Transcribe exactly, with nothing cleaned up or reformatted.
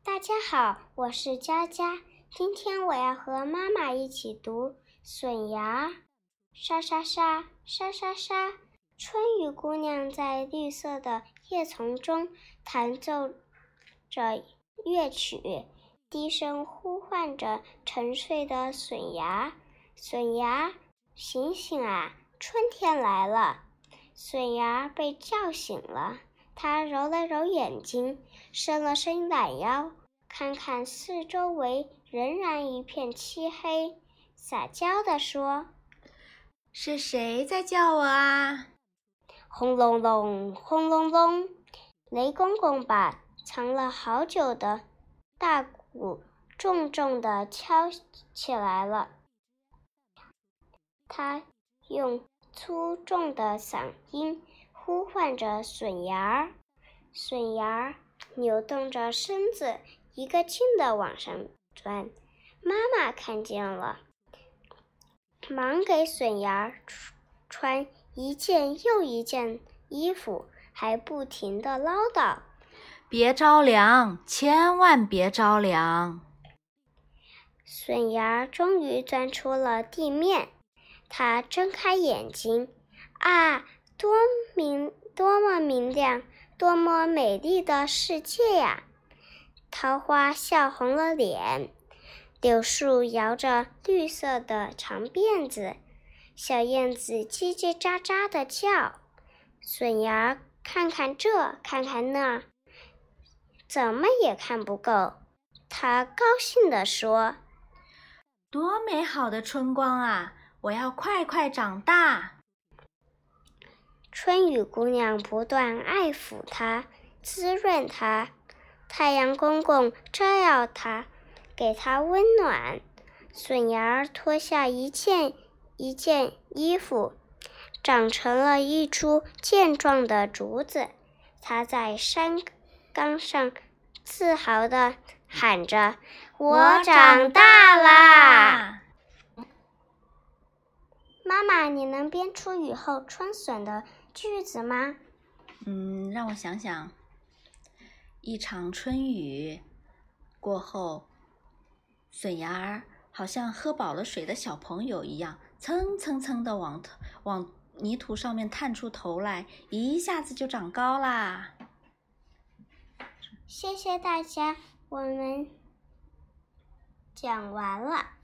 大家好，我是佳佳。今天我要和妈妈一起读《笋芽》。沙沙沙，沙沙沙，春雨姑娘在绿色的叶丛中弹奏着乐曲，低声呼唤着沉睡的笋芽。笋芽，醒醒啊，春天来了。笋芽被叫醒了，她揉了揉眼睛，伸了伸懒腰，看看四周围仍然一片漆黑，撒娇地说： 是谁在叫我啊？ 轰隆隆，轰隆隆，雷公公把藏了好久的大鼓重重地敲起来了。他用粗重的嗓音呼唤着笋芽儿，笋芽儿扭动着身子，一个劲地往上钻。妈妈看见了，忙给笋芽儿穿一件又一件衣服，还不停地唠叨： 别着凉，千万别着凉。 笋芽终于钻出了地面，它睁开眼睛，啊，多明，多么明亮，多么美丽的世界呀！桃花笑红了脸，柳树摇着绿色的长辫子，小燕子叽叽喳喳地叫。笋芽看看这，看看那，怎么也看不够。它高兴地说： 多美好的春光啊！我要快快长大。 春雨姑娘不断爱抚它，滋润它。太阳公公照耀它，给它温暖。笋芽儿脱下一件一件衣服，长成了一株健壮的竹子。它在山岗上自豪地喊着：我长大啦！妈妈，你能编出雨后春笋的句子吗？ 嗯，让我想想。一场春雨过后，笋芽儿好像喝饱了水的小朋友一样，蹭蹭蹭地往往泥土上面探出头来，一下子就长高啦。 谢谢大家，我们讲完了。